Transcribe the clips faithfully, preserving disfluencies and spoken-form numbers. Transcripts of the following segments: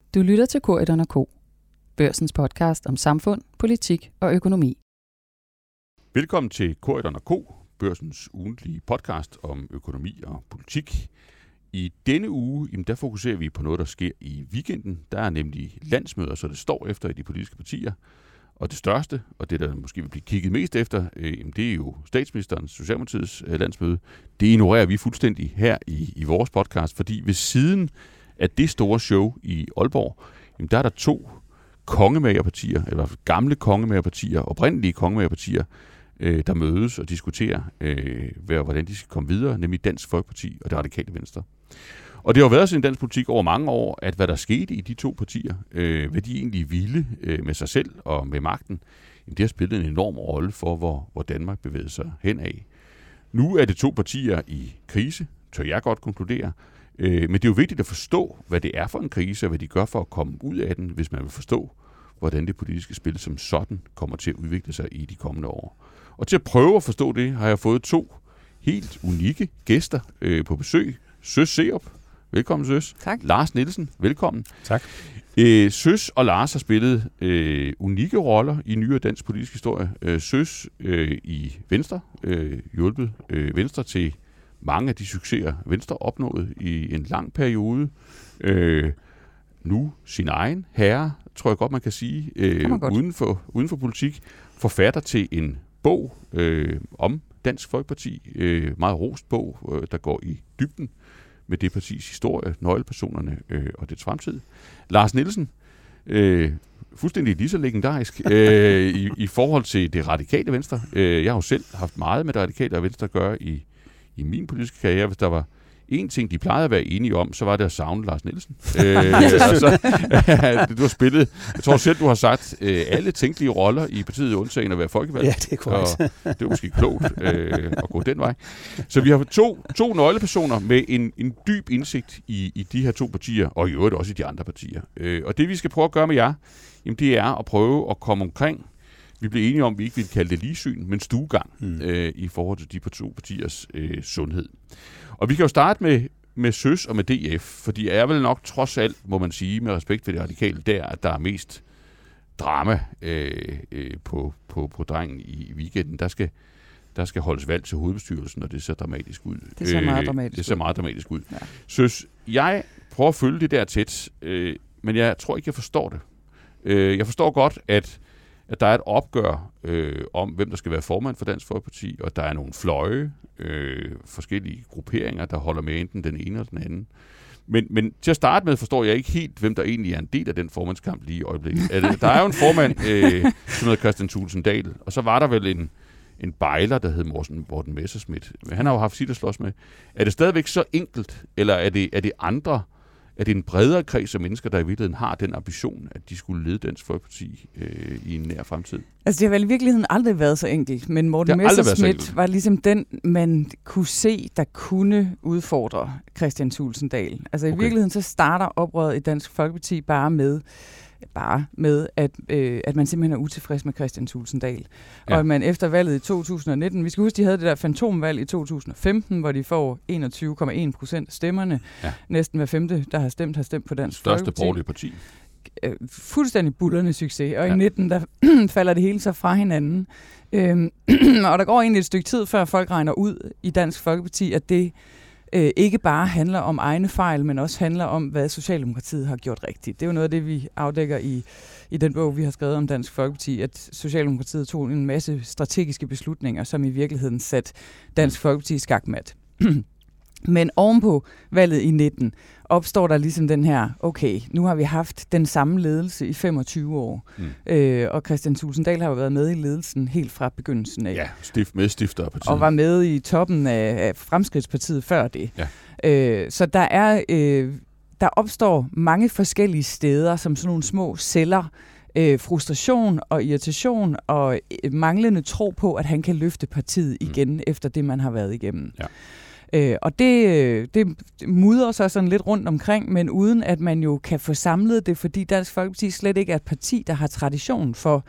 Du lytter til Corydon og Co., Børsens podcast om samfund, politik og økonomi. Velkommen til Corydon og Co., Børsens ugentlige podcast om økonomi og politik. I denne uge, jamen der fokuserer vi på noget, der sker i weekenden. Der er nemlig landsmøder, så det står efter i de politiske partier. Og det største, og det der måske vil blive kigget mest efter, øh, det er jo statsministerens, Socialdemokratiets øh, landsmøde. Det ignorerer vi fuldstændig her i, i vores podcast, fordi ved siden af det store show i Aalborg, jamen der er der to kongemagerpartier, eller gamle kongemagerpartier, oprindelige kongemagerpartier, øh, der mødes og diskuterer, øh, hvordan de skal komme videre, nemlig Dansk Folkeparti og Det Radikale Venstre. Og det har jo været sådan i dansk politik over mange år, at hvad der skete i de to partier, øh, hvad de egentlig ville øh, med sig selv og med magten, jamen det har spillet en enorm rolle for, hvor, hvor Danmark bevæger sig henad. Nu er det to partier i krise, tør jeg godt konkludere, øh, men det er jo vigtigt at forstå, hvad det er for en krise, og hvad de gør for at komme ud af den, hvis man vil forstå, hvordan det politiske spil som sådan kommer til at udvikle sig i de kommende år. Og til at prøve at forstå det, har jeg fået to helt unikke gæster øh, på besøg. Søs Serup. Velkommen, Søs. Tak. Lars Nielsen, velkommen. Tak. Øh, Søs og Lars har spillet øh, unikke roller i nyere dansk politisk historie. Øh, Søs øh, i Venstre, øh, hjulpet øh, Venstre til mange af de succeser, Venstre opnåede i en lang periode. Øh, nu sin egen herre, tror jeg godt, man kan sige, øh, man godt. Uden, for, uden for politik. Forfatter til en bog øh, om Dansk Folkeparti. Øh, meget rost bog, øh, der går i dybden med det partis historie, nøglepersonerne øh, og dets fremtid. Lars Nielsen, øh, fuldstændig lige så legendarisk øh, i, i forhold til Det Radikale Venstre. Øh, jeg har jo selv haft meget med Det Radikale Venstre at gøre i, i min politiske karriere. Hvis der var en ting, de plejede at være enige om, så var det at savne Lars Nielsen. øh, altså, du har spillet, jeg tror selv, du har sagt øh, alle tænkelige roller i partiet undtagen at være folkevalgt. Ja, det er korrekt. Det er måske klogt øh, at gå den vej. Så vi har to, to nøglepersoner med en, en dyb indsigt i, i de her to partier, og i øvrigt også i de andre partier. Øh, og det vi skal prøve at gøre med jer, jamen, det er at prøve at komme omkring. Vi blev enige om, at vi ikke ville kalde det ligesyn, men stuegang mm. øh, i forhold til de to partiers øh, sundhed. Og vi kan jo starte med, med Søs og med D F, fordi er vel nok trods alt, må man sige, med respekt for Det Radikale, der, at der er mest drama øh, øh, på, på, på drengen i weekenden. Der skal, der skal holdes valg til hovedbestyrelsen, og det ser dramatisk ud. Det ser meget øh, dramatisk det ser ud. meget dramatisk ud. Ja. Søs, jeg prøver at følge det der tæt, øh, men jeg tror ikke, jeg forstår det. Øh, jeg forstår godt, at at der er et opgør øh, om, hvem der skal være formand for Dansk Folkeparti, og der er nogle fløje, øh, forskellige grupperinger, der holder med enten den ene eller den anden. Men, men til at starte med forstår jeg ikke helt, hvem der egentlig er en del af den formandskamp lige i øjeblikket. Der er jo en formand, øh, som hedder Kristian Thulesen Dahl, og så var der vel en, en bejler, der hed Morten, Morten Messerschmidt. Han har jo haft sit at slås med. Er det stadigvæk så enkelt, eller er det, er det andre? Er det en bredere kreds af mennesker, der i virkeligheden har den ambition, at de skulle lede Dansk Folkeparti øh, i en nær fremtid? Altså, det har vel i virkeligheden aldrig været så enkelt, men Morten Messerschmidt var ligesom den, man kunne se, der kunne udfordre Kristian Thulesen Dahl. Altså, i okay. virkeligheden så starter oprøret i Dansk Folkeparti bare med, bare med at, øh, at man simpelthen er utilfreds med Kristian Thulesen Dahl. Ja. Og at man efter valget i to tusind og nitten, vi skal huske, de havde det der fantomvalg i to tusind og femten, hvor de får enogtyve komma en procent af stemmerne. Ja. Næsten hver femte, der har stemt, har stemt på Dansk Folkeparti. Største borgerlige parti. Øh, fuldstændig buldrende succes. Og ja. i nitten, der falder det hele så fra hinanden. Øhm, og der går egentlig et stykke tid, før folk regner ud i Dansk Folkeparti, at det Øh, ikke bare handler om egne fejl, men også handler om, hvad Socialdemokratiet har gjort rigtigt. Det er jo noget af det, vi afdækker i, i den bog, vi har skrevet om Dansk Folkeparti, at Socialdemokratiet tog en masse strategiske beslutninger, som i virkeligheden satte Dansk Folkeparti i skakmat. Men ovenpå valget i nitten opstår der ligesom den her, okay, nu har vi haft den samme ledelse i femogtyve år, mm. øh, og Kristian Thulesen Dahl har jo været med i ledelsen helt fra begyndelsen af. Ja, stift medstifter af partiet. Og var med i toppen af, af Fremskridtspartiet før det. Ja. Øh, så der er, øh, der opstår mange forskellige steder, som sådan nogle små celler, øh, frustration og irritation og øh, manglende tro på, at han kan løfte partiet igen, mm. efter det, man har været igennem. Ja. Øh, og det, det mudrer sig sådan lidt rundt omkring, men uden at man jo kan få samlet det, fordi Dansk Folkeparti slet ikke er et parti, der har tradition for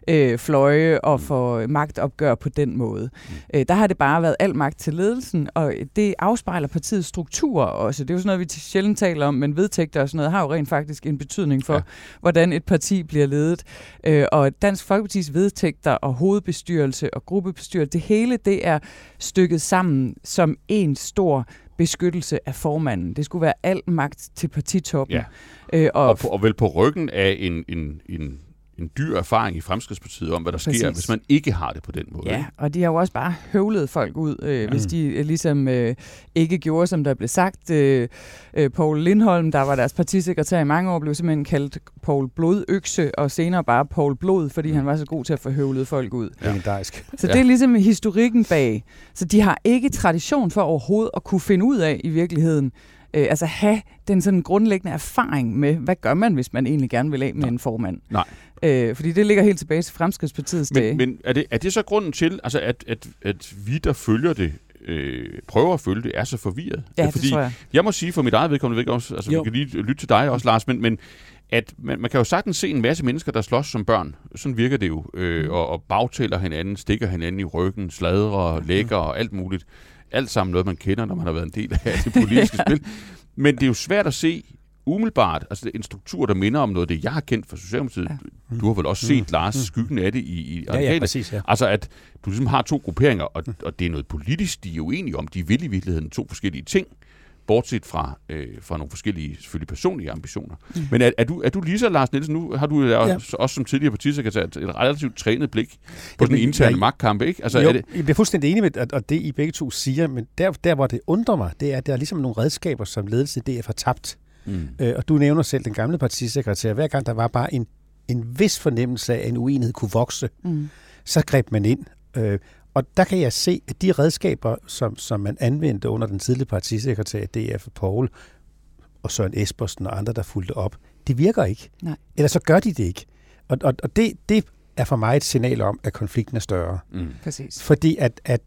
øh, fløje og for magtopgør på den måde. Mm. Øh, der har det bare været al magt til ledelsen, og det afspejler partiets struktur også. Det er jo sådan noget, vi sjældent taler om, men vedtægter og sådan noget har jo rent faktisk en betydning for, ja. hvordan et parti bliver ledet. Øh, og Dansk Folkepartis vedtægter og hovedbestyrelse og gruppebestyrelse, det hele det er stykket sammen som en stor beskyttelse af formanden. Det skulle være al magt til partitoppen. Ja. Øh, og, og, på, og vel på ryggen af en, en, en, en dyr erfaring i Fremskridtspartiet om, hvad der Præcis. sker, hvis man ikke har det på den måde. Ja, og de har jo også bare høvlet folk ud, øh, ja. hvis de øh, ligesom øh, ikke gjorde, som der blev sagt. Øh, øh, Poul Lindholm, der var deres partisekretær i mange år, blev simpelthen kaldt Poul Blodøkse, og senere bare Poul Blod, fordi mm. han var så god til at få høvlet folk ud. Ja. Så det er ligesom historikken bag. Så de har ikke tradition for overhovedet at kunne finde ud af i virkeligheden, Øh, altså have den sådan grundlæggende erfaring med, hvad gør man, hvis man egentlig gerne vil af med Nej. en formand. Nej. Øh, fordi det ligger helt tilbage til Fremskridtspartiets men, dage. Men er det, er det så grunden til, altså at, at, at vi, der følger det, øh, prøver at følge det, er så forvirret? Ja, ja fordi det tror jeg. Jeg må sige for mit eget vedkommende, ikke også, altså jo. vi kan lige lytte til dig også, Lars, men, men at man, man kan jo sagtens se en masse mennesker, der slås som børn. Sådan virker det jo. Øh, og, og bagtaler hinanden, stikker hinanden i ryggen, sladrer, lægger og alt muligt. Alt sammen noget, man kender, når man har været en del af det politiske spil. Men det er jo svært at se umiddelbart, altså en struktur, der minder om noget, det jeg har kendt fra Socialdemokratiet. Ja. Du har vel også set, mm. Lars, skyggen af det i, i ja, ja, præcis, ja. Altså, at du ligesom har to grupperinger, og, og det er noget politisk, de er uenige om. De vil i virkeligheden to forskellige ting, bortset fra, øh, fra nogle forskellige, selvfølgelig personlige ambitioner. Mm. Men er, er, du, er du lige så, Lars Nielsen, nu har du ja. også, også som tidligere partisekretær et relativt trænet blik på Jamen, den interne jeg, magtkamp, ikke? Altså, jo, er det... jeg bliver fuldstændig enig med, og det I begge to siger, men der, der hvor det undrer mig, det er, at der er ligesom nogle redskaber, som ledelse D F har tabt. Mm. Øh, og du nævner selv den gamle partisekretær. Hver gang der var bare en, en vis fornemmelse af, at en uenighed kunne vokse, mm. så greb man ind. Øh, Og der kan jeg se, at de redskaber, som, som man anvendte under den tidlige partisekretær D F Poul og Søren Espersen og andre, der fulgte op, det virker ikke. Nej. Eller så gør de det ikke. Og, og, og det, det er for mig et signal om, at konflikten er større. Mm. Præcis. Fordi at, at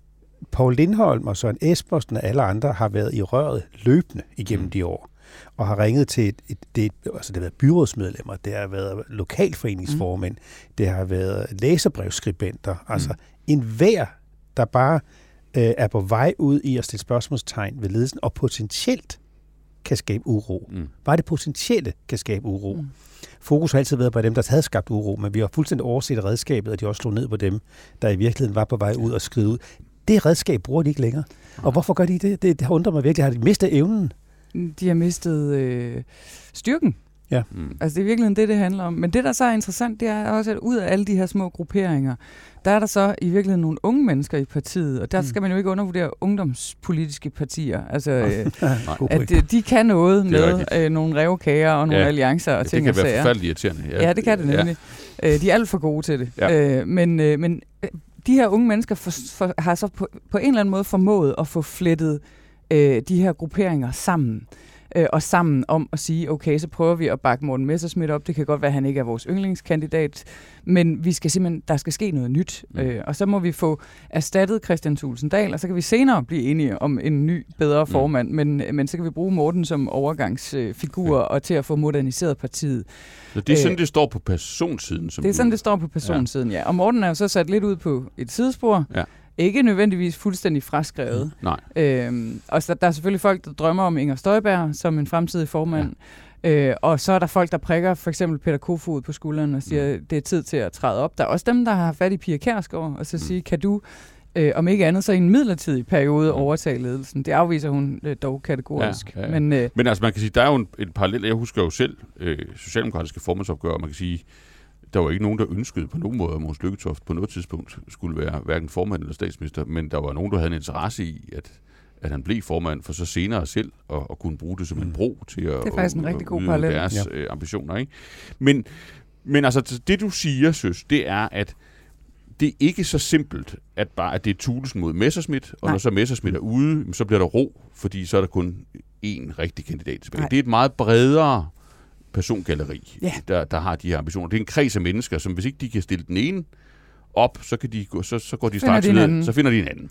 Poul Lindholm og Søren Espersen og alle andre har været i røret løbende igennem mm. de år, og har ringet til et, et, det, altså det har været byrådsmedlemmer, det har været lokalforeningsformænd, mm. det har været læserbrevsskribenter, altså mm. en hver, der bare øh, er på vej ud i at stille spørgsmålstegn ved ledelsen, og potentielt kan skabe uro. Mm. Bare det potentielle kan skabe uro. Mm. Fokus har altid været på dem, der havde skabt uro, men vi har fuldstændig overset redskabet, og de også slog ned på dem, der i virkeligheden var på vej ud og skrive ud. Det redskab bruger de ikke længere. Og hvorfor gør de det? Det, det undrer mig virkelig. Har de mistet evnen? De har mistet øh, styrken. Ja. Mm. Altså det er virkelig det, det handler om. Men det, der så er interessant, det er også, at ud af alle de her små grupperinger, der er der så i virkeligheden nogle unge mennesker i partiet, og der mm. skal man jo ikke undervurdere ungdomspolitiske partier. Altså, øh, at øh, de kan noget med øh, nogle revkager og nogle ja. alliancer og ja, ting og sager. Det kan være forfærdeligt irriterende. Ja. ja, det kan det nemlig. Ja. Øh, de er alt for gode til det. Ja. Øh, men øh, men øh, de her unge mennesker for, for, har så på, på en eller anden måde formået at få flettet øh, de her grupperinger sammen. Øh, og sammen om at sige, okay, så prøver vi at bakke Morten Messerschmidt op. Det kan godt være, at han ikke er vores yndlingskandidat, men vi skal simpelthen, der skal ske noget nyt. Mm. Øh, og så må vi få erstattet Kristian Thulesen Dahl, og så kan vi senere blive enige om en ny, bedre formand. Mm. Men, men så kan vi bruge Morten som overgangsfigur øh, og til at få moderniseret partiet. Så det er sådan, øh, det står på personsiden? Som det er sådan, det står på personsiden, ja. ja. Og Morten er jo så sat lidt ud på et sidespor. Ja. Ikke nødvendigvis fuldstændig fraskrevet. Mm, nej. Øhm, og så der er selvfølgelig folk, der drømmer om Inger Støjberg som en fremtidig formand. Ja. Øh, og så er der folk, der prikker for eksempel Peter Kofod på skulderen og siger, mm. det er tid til at træde op. Der er også dem, der har fat i Pia Kjærsgaard og så mm. siger, kan du, øh, om ikke andet, så i en midlertidig periode mm. overtage ledelsen. Det afviser hun øh, dog kategorisk. Ja, ja, ja. Men, øh, Men altså man kan sige, der er jo en, en parallel. Jeg husker jo selv øh, socialdemokratiske formandsopgør, og man kan sige, der var ikke nogen, der ønskede på nogen måde, at Mogens Lykketoft på noget tidspunkt skulle være hverken formand eller statsminister, men der var nogen, der havde en interesse i, at, at han blev formand, for så senere selv at, at kunne bruge det som en bro til at, det er faktisk en rigtig god parallel. Deres ja. øh, ambitioner. Ikke? Men, men altså, det du siger, søs, det er, at det er ikke så simpelt, at bare at det er Thulesen mod Messerschmidt, og Nej. Når så Messerschmidt er ude, så bliver der ro, fordi så er der kun én rigtig kandidat tilbage. Nej. Det er et meget bredere persongalleri, yeah. der, der har de her ambitioner. Det er en kreds af mennesker, som hvis ikke de kan stille den ene op, så, kan de gå, så, så går de finder straks de ned, så finder de en anden. Ja.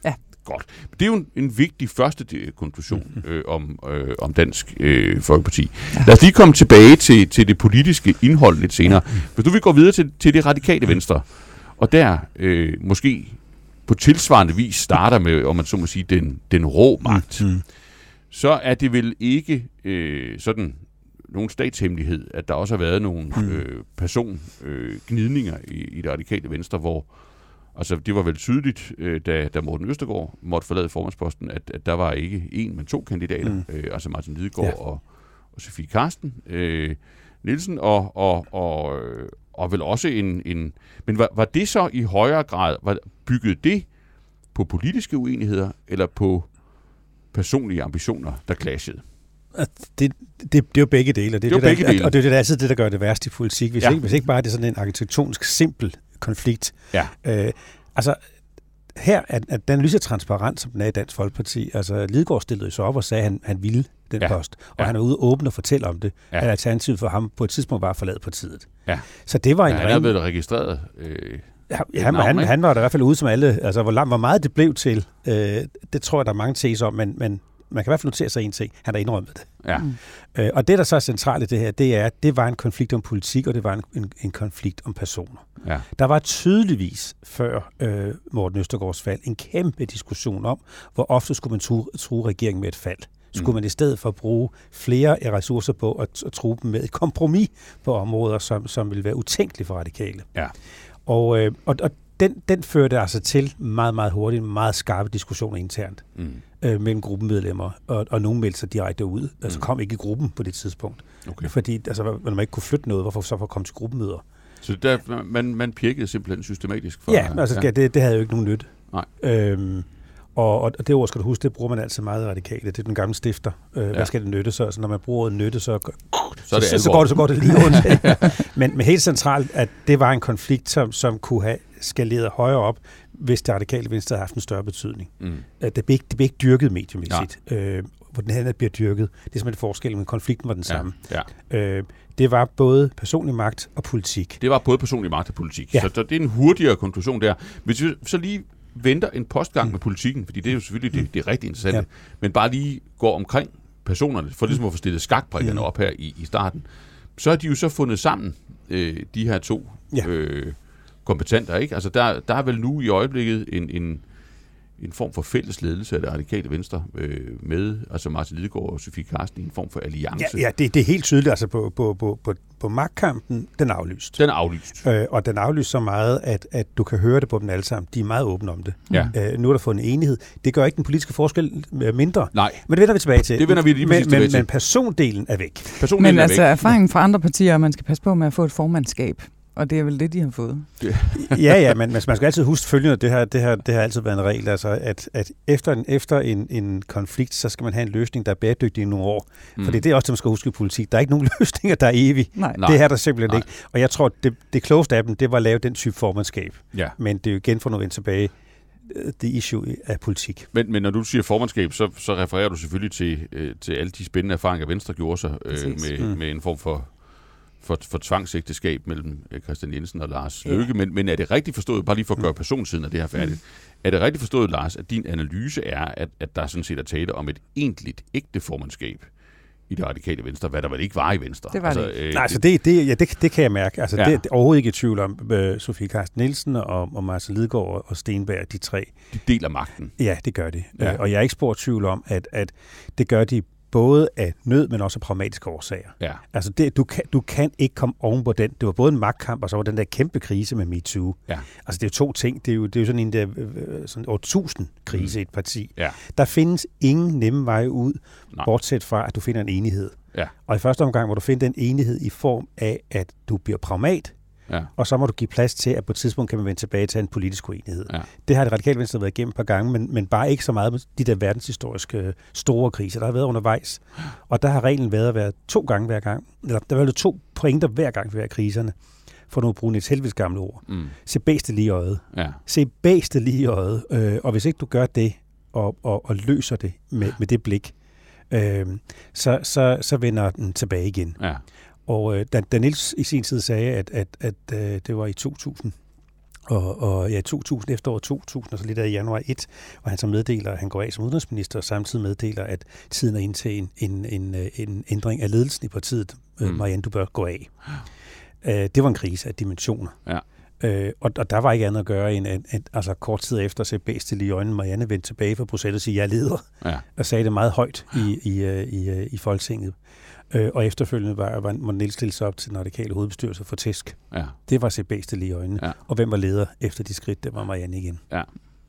Godt. Det er jo en, en vigtig første konklusion øh, om, øh, om Dansk øh, Folkeparti. Ja. Lad os lige komme tilbage til, til det politiske indhold lidt senere. Hvis du vil gå videre til, til det radikale venstre, og der øh, måske på tilsvarende vis starter med, om man så må sige, den, den rå magt, mm. så er det vel ikke øh, sådan nogen statshemmelighed, at der også har været nogle mm. øh, persongnidninger øh, i, i det radikale venstre, hvor altså, det var vel tydeligt, øh, da, da Morten Østergaard måtte forlade formandsposten, at, at der var ikke en, men to kandidater, mm. øh, altså Martin Lidegaard ja. og, og Sofie Carsten øh, Nielsen, og, og, og, og vel også en... en men var, var det så i højere grad, var bygget det på politiske uenigheder, eller på personlige ambitioner, der clashede? Det, det, det er jo begge dele, og det er, det, det, det, der, der, og det er det, der altid det, der gør det værste i politik. Hvis, ja. ikke, hvis ikke bare det er sådan en arkitektonisk simpel konflikt. Ja. Øh, altså, her er, er den lige så transparent, som den er i Dansk Folkeparti. Altså, Lidegaard stillede så op og sagde, at han, han ville den ja. post, og ja. han er ude og åbne og fortælle om det, ja. at alternativet for ham på et tidspunkt var forladt partiet. Ja. Så det var en ja, han ring... er blevet registreret... Øh... Ja, han, navn, han, han var der i hvert fald ude som alle, altså hvor, langt, hvor meget det blev til, øh, det tror jeg, der er mange teser om, men, men man kan i hvert fald notere sig en ting, han har indrømmet det. Ja. Mm. Øh, og det, der så er centralt i det her, det er, at det var en konflikt om politik, og det var en, en, en konflikt om personer. Ja. Der var tydeligvis før øh, Morten Østergaards fald en kæmpe diskussion om, hvor ofte skulle man true, true regeringen med et fald. Skulle mm. man i stedet for bruge flere ressourcer på at, at true dem med et kompromis på områder, som, som ville være utænkelige for radikale. Ja. Og, øh, og, og den, den førte altså til meget, meget hurtigt, meget skarpe diskussioner internt mm. øh, mellem gruppemedlemmer, og, og nogen meldte sig direkte ud. Altså kom ikke i gruppen på det tidspunkt. Okay. Fordi altså, man ikke kunne flytte noget, hvorfor så for at komme til gruppemøder. Så der, man, man pirkede simpelthen systematisk? For, ja, altså ja. Det, det havde jo ikke nogen nytte. Nej. Øhm, og, og det ord skal du huske, det bruger man altid meget radikale. Det er den gamle stifter. Øh, ja. Hvad skal det nytte? Så altså, når man bruger ordet nytte, så, så, så, så, går det, så går det lige ondt. ja. men, men helt centralt, at det var en konflikt, som, som kunne have skaleret højere op, hvis det radikale venstre havde haft en større betydning. Mm. Det, blev ikke, det blev ikke dyrket mediemæssigt. Ja. Øh, hvor den her bliver dyrket. Det er simpelthen forskellen, men konflikten var den samme. Ja. Ja. Øh, det var både personlig magt og politik. Det var både personlig magt og politik. Ja. Så, så det er en hurtigere konklusion der. Hvis vi så lige venter en postgang mm. med politikken, fordi det er jo selvfølgelig det, det er rigtig interessant, ja. men bare lige går omkring personerne, for ligesom at få stillet skakbrikkerne mm. op her i, i starten, så har de jo så fundet sammen, øh, de her to ja. øh, kompetenter, ikke? Altså der, der er vel nu i øjeblikket en, en, en form for fælles ledelse af det radikale venstre øh, med altså Martin Lidegaard og Sofie Carsten i en form for alliance. Ja, ja det, det er helt tydeligt. Altså på, på, på, på, på magtkampen, den er aflyst. Den er aflyst. Øh, og den er aflyst så meget, at, at du kan høre det på dem alle sammen. De er meget åbne om det. Ja. Øh, nu er der fundet enighed. Det gør ikke den politiske forskel mindre. Nej. Men det vender vi tilbage til. Det vender vi lige men, tilbage men, til. Men persondelen er væk. Persondelen men er altså væk. Erfaringen fra andre partier er, at man skal passe på med at få et formandskab. Og det er vel det, de har fået. ja, ja, men man skal altid huske følgende, det her, det her, det har altid været en regel, altså at, at efter, en, efter en, en konflikt, så skal man have en løsning, der er bæredygtig i nogle år. Mm. For det er også det, man skal huske i politik. Der er ikke nogen løsninger, der er evige. Nej. Det her der simpelthen Nej. ikke. Og jeg tror, det, det klogeste af dem, det var at lave den type formandskab. Ja. Men det er jo igen for nu vende tilbage, det issue af politik. Men, men når du siger formandskab, så, så refererer du selvfølgelig til, øh, til alle de spændende erfaringer, Venstre gjorde sig øh, med, mm. med en form for For, for tvangsægteskab mellem Christian Jensen og Lars Løkke, ja. men, men er det rigtigt forstået, bare lige for at gøre personsiden af det her færdigt, mm. er det rigtigt forstået, Lars, at din analyse er, at, at der sådan set er tale om et egentligt ægte formandskab i det radikale Venstre, hvad der vel ikke var i Venstre? Det var altså, det. Øh, Nej, altså det, det, ja, det, det kan jeg mærke. Altså ja. det, det er overhovedet ikke i tvivl om uh, Sofie Carsten Nielsen og, og Martin Lidegaard og Steenberg, de tre. De deler magten. Ja, det gør de. Ja. Uh, og jeg er ikke spor tvivl om, at, at det gør de både af nød, men også af pragmatiske årsager. Ja. Altså det, du, kan, du kan ikke komme oven på den. Det var både en magtkamp, og så var den der kæmpe krise med MeToo. Ja. Altså det er jo to ting. Det er jo, det er jo sådan en der sådan årtusind krise mm. i et parti. Ja. Der findes ingen nemme veje ud, Nej. bortset fra, at du finder en enighed. Ja. Og i første omgang må du finde den enighed i form af, at du bliver pragmat, ja. og så må du give plads til, at på et tidspunkt kan man vende tilbage til en politisk uenighed. Ja. Det har det radikale venstre været igennem et par gange, men, men bare ikke så meget med de der verdenshistoriske store kriser, der har været undervejs. Og der har reglen været at være to gange hver gang. Eller der har været to pointer hver gang ved hver kriserne. For nu at bruge et helvedes gamle ord. Mm. Se bæste lige i øjet. Ja. Se bæste lige i øjet. Øh, og hvis ikke du gør det, og, og, og løser det med, med det blik, øh, så, så, så vender den tilbage igen. Ja. Og øh, da, da Niels i sin tid sagde, at, at, at øh, det var i to tusind Og, og ja, to tusind, efteråret to tusind, og så lidt af januar et, hvor han så meddeler, at han går af som udenrigsminister, og samtidig meddeler, at tiden er ind til en, en, en, en ændring af ledelsen i partiet. Mm. Marianne, du bør gå af. Uh, det var en krise af dimensioner. Ja. Uh, og, og der var ikke andet at gøre, end at, at altså, kort tid efter at se bæstil i øjnene, Marianne vendte tilbage fra Bruxelles og sige, jeg er leder, ja. og sagde det meget højt i, i, i, i Folketinget. Uh, og efterfølgende var, var, må Niels stille sig op til den radikale hovedbestyrelse for tæsk. Ja. Det var se bæstil i øjnene. Ja. Og hvem var leder efter de skridt? Det var Marianne igen. Ja.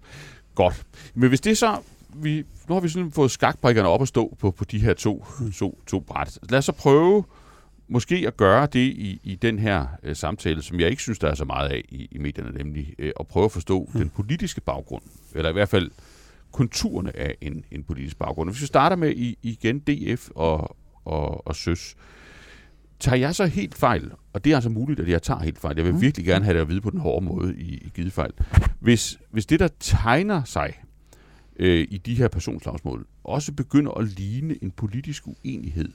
Godt. Men hvis det så... Vi, nu har vi sådan fået skakbrikkerne op at stå på, på de her to, mm. to, to bræt. Lad os så prøve måske at gøre det i, i den her øh, samtale, som jeg ikke synes, der er så meget af i, i medierne, nemlig øh, at prøve at forstå mm. den politiske baggrund, eller i hvert fald konturerne af en, en politisk baggrund. Hvis vi starter med i, igen D F og, og, og Søs, tager jeg så helt fejl, og det er altså muligt, at jeg tager helt fejl. Jeg vil mm. virkelig gerne have det at vide på den hårde måde i, i givet fejl. Hvis, hvis det, der tegner sig øh, i de her personslagsmål, også begynder at ligne en politisk uenighed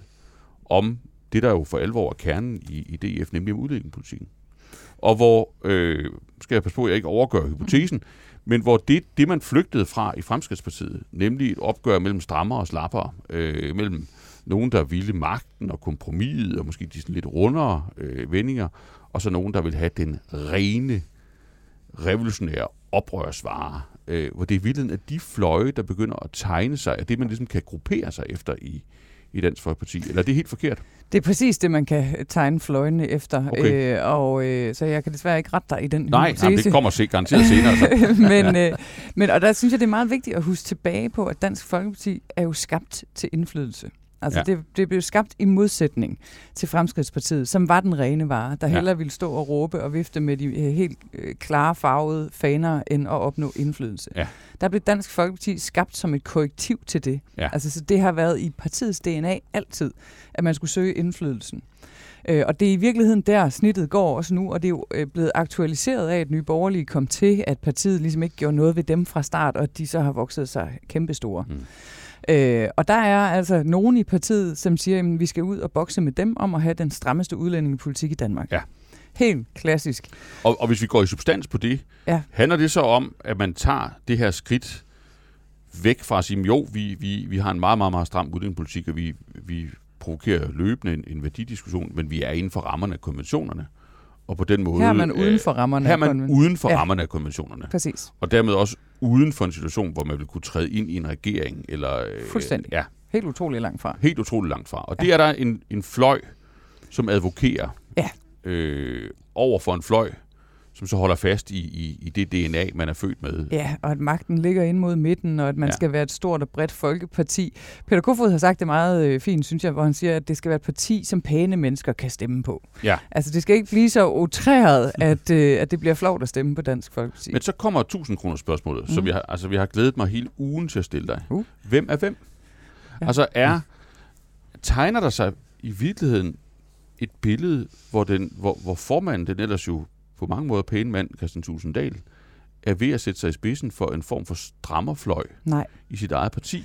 om det, der jo for alvor er kernen i, i D F, nemlig om udlændingepolitikken. Og hvor, øh, skal jeg passe på, at jeg ikke overgør hypotesen, men hvor det, det man flygtede fra i Fremskridtspartiet, nemlig et opgør mellem strammer og slapper, øh, mellem nogen, der ville magten og kompromiset, og måske de sådan lidt rundere øh, vendinger, og så nogen, der vil have den rene, revolutionære oprørsvare, øh, hvor det er i virkeligheden at de fløje, der begynder at tegne sig, at det, man ligesom kan gruppere sig efter i, i Dansk Folkeparti. Eller er det helt forkert? Det er præcis det, man kan tegne fløjene efter, okay. øh, og øh, så jeg kan desværre ikke rette dig i den Nej, nej det kommer se garanteret senere. Så. men, øh, men, og der synes jeg, det er meget vigtigt at huske tilbage på, at Dansk Folkeparti er jo skabt til indflydelse. Altså ja. det, det blev skabt i modsætning til Fremskridtspartiet, som var den rene vare, der ja. hellere ville stå og råbe og vifte med de helt øh, klare farvede faner, end at opnå indflydelse. Ja. Der blev Dansk Folkeparti skabt som et korrektiv til det. Ja. Altså, så det har været i partiets D N A altid, at man skulle søge indflydelsen. Øh, og det er i virkeligheden der, snittet går også nu, og det er jo øh, blevet aktualiseret af, at Nye Borgerlige kom til, at partiet ligesom ikke gjorde noget ved dem fra start, og de så har vokset sig kæmpestore. Mm. Øh, og der er altså nogen i partiet, som siger, at vi skal ud og bokse med dem om at have den strammeste udlændingepolitik i Danmark. Ja. Helt klassisk. Og, og hvis vi går i substans på det, ja. handler det så om, at man tager det her skridt væk fra at sige, jo, vi, vi, vi har en meget, meget, meget stram udlændingepolitik, og vi, vi provokerer løbende en, en værdidiskussion, men vi er inden for rammerne af konventionerne. Og på den måde... Her er man uden for rammerne, her er man uden for ja. rammerne af konventionerne. Præcis. Og dermed også uden for en situation, hvor man vil kunne træde ind i en regering. Eller, Fuldstændig. Ja. Helt utroligt langt fra. Helt utroligt langt fra. Og ja. det er der en, en fløj, som advokerer ja. øh, over for en fløj, som så holder fast i, i, i det D N A, man er født med. Ja, og at magten ligger ind mod midten, og at man ja. skal være et stort og bredt folkeparti. Peter Kofod har sagt det meget øh, fint, synes jeg, hvor han siger, at det skal være et parti, som pæne mennesker kan stemme på. Ja. Altså, det skal ikke blive så utræret, at, øh, at det bliver flovt at stemme på Dansk Folkeparti. Men så kommer tusind kroner spørgsmålet, mm. som jeg, altså, vi har glædet mig hele ugen til at stille dig. Uh. Hvem er hvem? Ja. Altså, er, tegner der sig i virkeligheden et billede, hvor, den, hvor, hvor formanden, den ellers jo på mange måder pæne mand, Kristian Thulesen Dahl, er ved at sætte sig i spidsen for en form for strammerfløj Nej. i sit eget parti.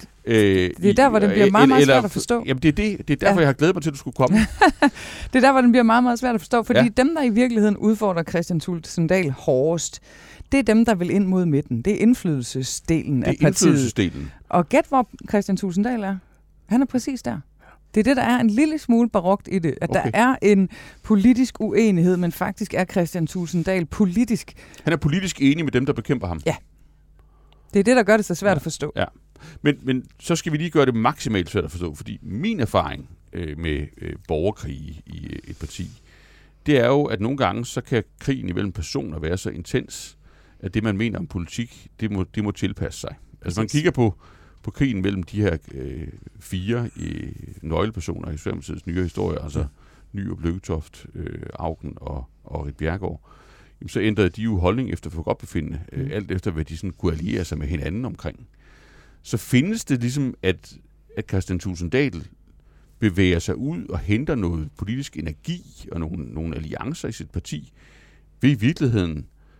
Øh, det er der, hvor det bliver meget, meget svært at forstå. Jamen, det er, det, det er derfor, ja. jeg har glædet mig til, at du skulle komme. Det er der, hvor det bliver meget, meget svært at forstå, fordi ja. dem, der i virkeligheden udfordrer Kristian Thulesen Dahl hårdest, det er dem, der vil ind mod midten. Det er indflydelsesdelen af partiet. Det er indflydelsesdelen. Og gæt, hvor Kristian Thulesen Dahl er. Han er præcis der. Det er det, der er en lille smule barokt i det. At okay. der er en politisk uenighed, men faktisk er Kristian Thulesen Dahl politisk... Han er politisk enig med dem, der bekæmper ham. Ja. Det er det, der gør det så svært ja. at forstå. Ja. Men, men så skal vi lige gøre det maksimalt svært at forstå, fordi min erfaring øh, med øh, borgerkrig i øh, et parti, det er jo, at nogle gange, så kan krigen imellem personer være så intens, at det, man mener om politik, det må, det må tilpasse sig. Altså man kigger på på krigen mellem de her øh, fire øh, nøglepersoner i Socialdemokratiets nyere historie, altså Nyrup, Lykketoft, øh, Auken og, og Ritt Bjerregaard, jamen, så ændrede de jo holdning efter forgodtbefindende, øh, mm. alt efter hvad de sådan kunne alliere sig med hinanden omkring. Så findes det ligesom, at, at Kristian Thulesen Dahl bevæger sig ud og henter noget politisk energi og nogle, nogle alliancer i sit parti, ved i virkeligheden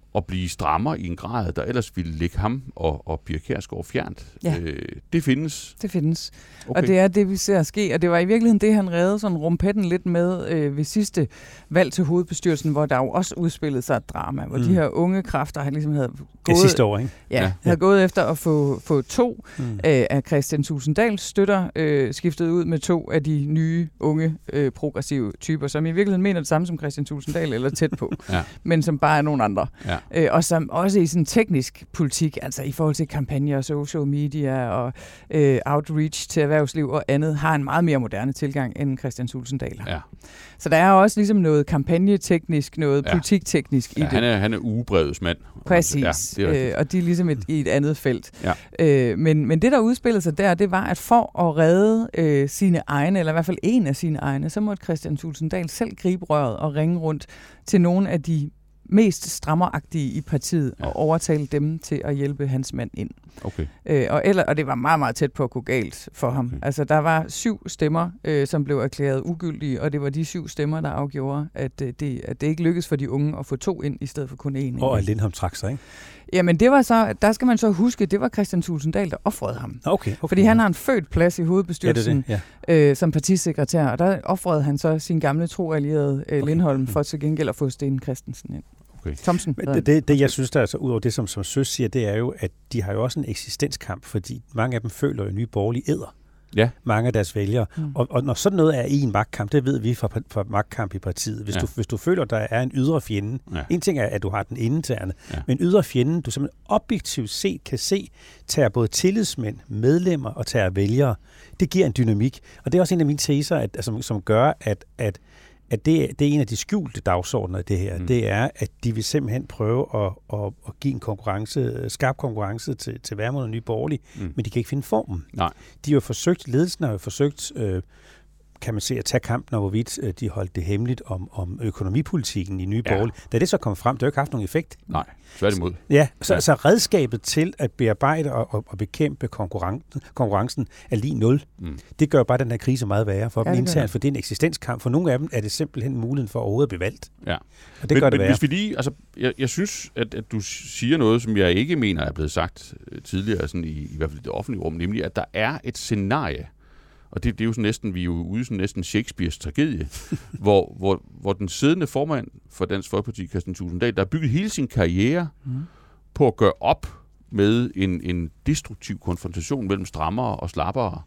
at blive strammer i en grad, der ellers ville lægge ham og, og Pia Kjærsgaard fjernt. Ja. Øh, det findes. Det findes. Okay. Og det er det, vi ser ske. Og det var i virkeligheden det, han redde sådan rumpetten lidt med øh, ved sidste valg til hovedbestyrelsen, hvor der jo også udspillede sig et drama, hvor mm. de her unge kræfter han ligesom havde gået, ja, sidste år, ikke? Ja, ja. havde gået efter at få, få to mm. øh, af Kristian Thulesen Dahls støtter øh, skiftet ud med to af de nye, unge, øh, progressive typer, som i virkeligheden mener det samme som Kristian Thulesen Dahl, eller tæt på, ja. men som bare er nogle andre. Ja. Øh, og som også i sådan teknisk politik, altså i forhold til kampagner og social media og øh, outreach til erhvervsliv og andet, har en meget mere moderne tilgang end Kristian Thulesen Dahl har. Ja. Så der er også ligesom noget kampagneteknisk, noget ja. politikteknisk i ja, det. Han er, han er ugebrevets mand. Præcis, ja, øh, og de er ligesom et, i et andet felt. Ja. Øh, men, men det, der udspillede sig der, det var, at for at redde øh, sine egne, eller i hvert fald en af sine egne, så måtte Kristian Thulesen Dahl selv gribe røret og ringe rundt til nogle af de mest strammeragtige i partiet, ja. og overtale dem til at hjælpe hans mand ind. Okay. Øh, og, eller, og det var meget, meget tæt på at gå galt for ham. Okay. Altså, der var syv stemmer, øh, som blev erklæret ugyldige, og det var de syv stemmer, der afgjorde, at, øh, det, at det ikke lykkedes for de unge at få to ind, i stedet for kun én. Og at Lindholm trak sig, ikke? Jamen, det var så, der skal man så huske, det var Kristian Thulesen Dahl, der offrede ham. Okay, okay. Fordi han har en født plads i hovedbestyrelsen ja, det det. Ja. Øh, som partisekretær, og der offrede han så sin gamle troallierede øh, okay. Lindholm for til gengæld at få Sten Christensen ind. Okay. Thomsen. Det, det, det, jeg synes, der er så ud over det, som, som Søs siger, det er jo, at de har jo også en eksistenskamp, fordi mange af dem føler jo Nye Borgerlige æder. Ja. Mange af deres vælgere. Mm. Og, og når sådan noget er i en magtkamp, det ved vi fra, fra magtkamp i partiet. Hvis, ja. du, hvis du føler, der er en ydre fjende, ja. en ting er, at du har den indentærende, ja. men ydre fjenden, du simpelthen objektivt set kan se, tager både tillidsmænd, medlemmer og tager vælgere. Det giver en dynamik. Og det er også en af mine teser, at, altså, som gør, at, at at det, det er en af de skjulte dagsordner i det her, mm. det er, at de vil simpelthen prøve at, at, at give en konkurrence, skarp konkurrence til, til Værmund og Nye Borgerlige, mm. men de kan ikke finde formen. Nej. De har jo forsøgt, ledelsen har jo forsøgt, øh, kan man se, at tage kampen om, hvorvidt de holdt det hemmeligt om, om økonomipolitikken i Nye ja. Borgerlige. Da det så kom frem, det har jo ikke haft nogen effekt. Nej, tværtimod. Ja, så, ja. så redskabet til at bearbejde og, og, og bekæmpe konkurrencen, konkurrencen er lige nul. Mm. Det gør bare den her krise meget værre for ja, dem internt, for det er en eksistenskamp. For nogle af dem er det simpelthen muligheden for overhovedet at blive valgt. Ja. Og det men, gør det men værre. Hvis vi lige, altså, jeg, jeg synes, at, at du siger noget, som jeg ikke mener er blevet sagt tidligere, sådan i, i hvert fald i det offentlige rum, nemlig at der er et scenarie, og det, det er jo sådan næsten, vi er jo ude i sådan næsten Shakespeares tragedie, hvor, hvor, hvor den siddende formand for Dansk Folkeparti, Kristian Thulesen Dahl, der har bygget hele sin karriere mm. på at gøre op med en, en destruktiv konfrontation mellem strammere og slappere,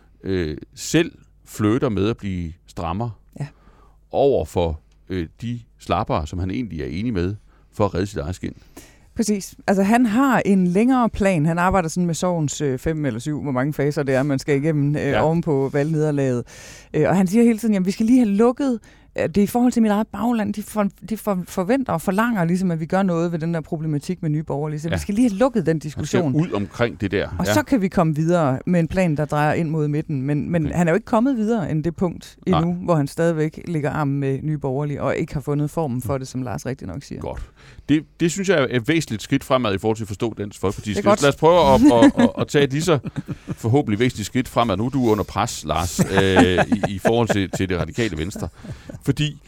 øh, selv flytter med at blive strammer ja. over for øh, de slappere, som han egentlig er enig med, for at redde sit eget skind. Præcis. Altså han har en længere plan. Han arbejder sådan med sorgens øh, fem eller syv, hvor mange faser det er, man skal igennem øh, ja. oven på valgnederlaget. Øh, og han siger hele tiden, jamen vi skal lige have lukket, det er i forhold til mit eget bagland, de, for, de for, forventer og forlanger ligesom, at vi gør noget ved den der problematik med Nye Borgerlige. Så ja. vi skal lige have lukket den diskussion. ud omkring det der. Og ja. så kan vi komme videre med en plan, der drejer ind mod midten. Men, men okay. han er jo ikke kommet videre end det punkt endnu, Nej. hvor han stadigvæk ligger armen med Nye Borgerlige, og ikke har fundet formen for det, som Lars rigtig nok siger. Godt. Det, det synes jeg er et væsentligt skridt fremad i forhold til at forstå Dansk Folkeparti. Lad os prøve at, at, at, at tage et lige så forhåbentlig væsentligt skridt fremad. Nu er du under pres, Lars, øh, i, i forhold til, til det radikale venstre. Fordi,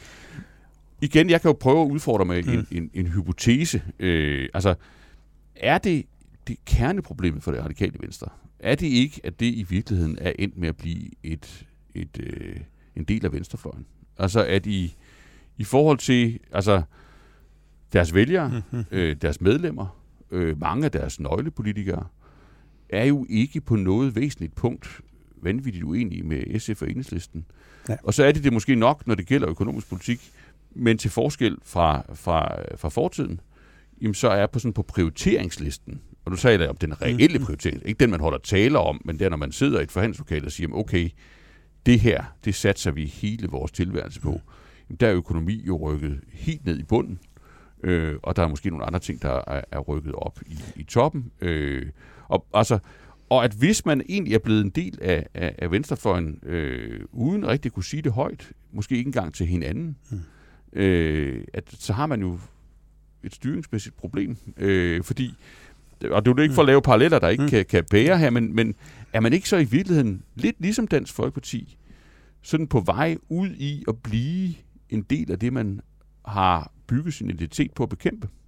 igen, jeg kan jo prøve at udfordre med mm. en, en, en hypotese. Øh, altså, er det, det kerneproblemet for det radikale venstre? Er det ikke, at det i virkeligheden er endt med at blive et, et, øh, en del af venstrefløjen? Altså, at i, i forhold til altså, deres vælgere, mm-hmm. øh, deres medlemmer, øh, mange af deres nøglepolitikere, er jo ikke på noget væsentligt punkt vanvittigt uenige med S F og Enhedslisten. Ja. Og så er det det måske nok, når det gælder økonomisk politik, men til forskel fra, fra, fra fortiden, jamen så er på sådan på prioriteringslisten, og nu taler jeg om den reelle prioritering, ikke den man holder taler om, men der når man sidder i et forhandlingslokale og siger, okay, det her, det satser vi hele vores tilværelse på. Jamen, der er økonomi jo rykket helt ned i bunden, øh, og der er måske nogle andre ting, der er, er rykket op i, i toppen. Øh, og altså Og at hvis man egentlig er blevet en del af, af, af venstrefløjen, øh, uden rigtig kunne sige det højt, måske ikke engang til hinanden, hmm. øh, at, så har man jo et styringsmæssigt problem. Øh, fordi, og det er jo ikke for at lave paralleller, der ikke hmm. kan, kan bære her, men, men er man ikke så i virkeligheden lidt ligesom Dansk Folkeparti, sådan på vej ud i at blive en del af det, man har bygget sin identitet på at bekæmpe?